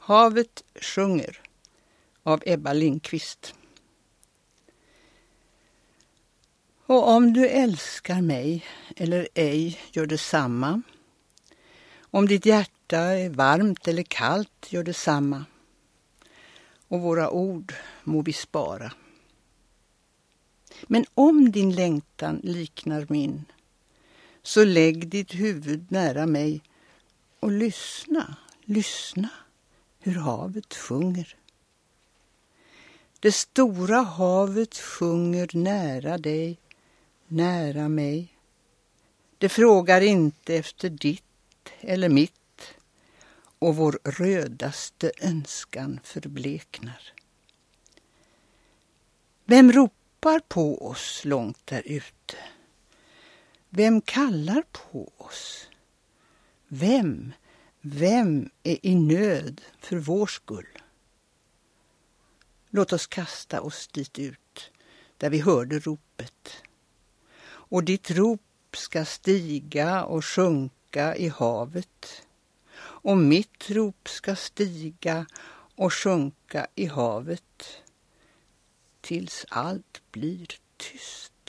Havet sjunger av Ebba Lindqvist. Och om du älskar mig eller ej gör detsamma. Om ditt hjärta är varmt eller kallt gör detsamma. Och våra ord må vi spara. Men om din längtan liknar min, så lägg ditt huvud nära mig och lyssna hur havet sjunger. Det stora havet sjunger nära dig, nära mig. Det frågar inte efter ditt eller mitt, och vår rödaste önskan förbleknar. Vem ropar på oss långt där ute? Vem kallar på oss? Vem är i nöd för vår skull? Låt oss kasta oss dit ut, där vi hörde ropet. Och ditt rop ska stiga och sjunka i havet. Och mitt rop ska stiga och sjunka i havet. Tills allt blir tyst.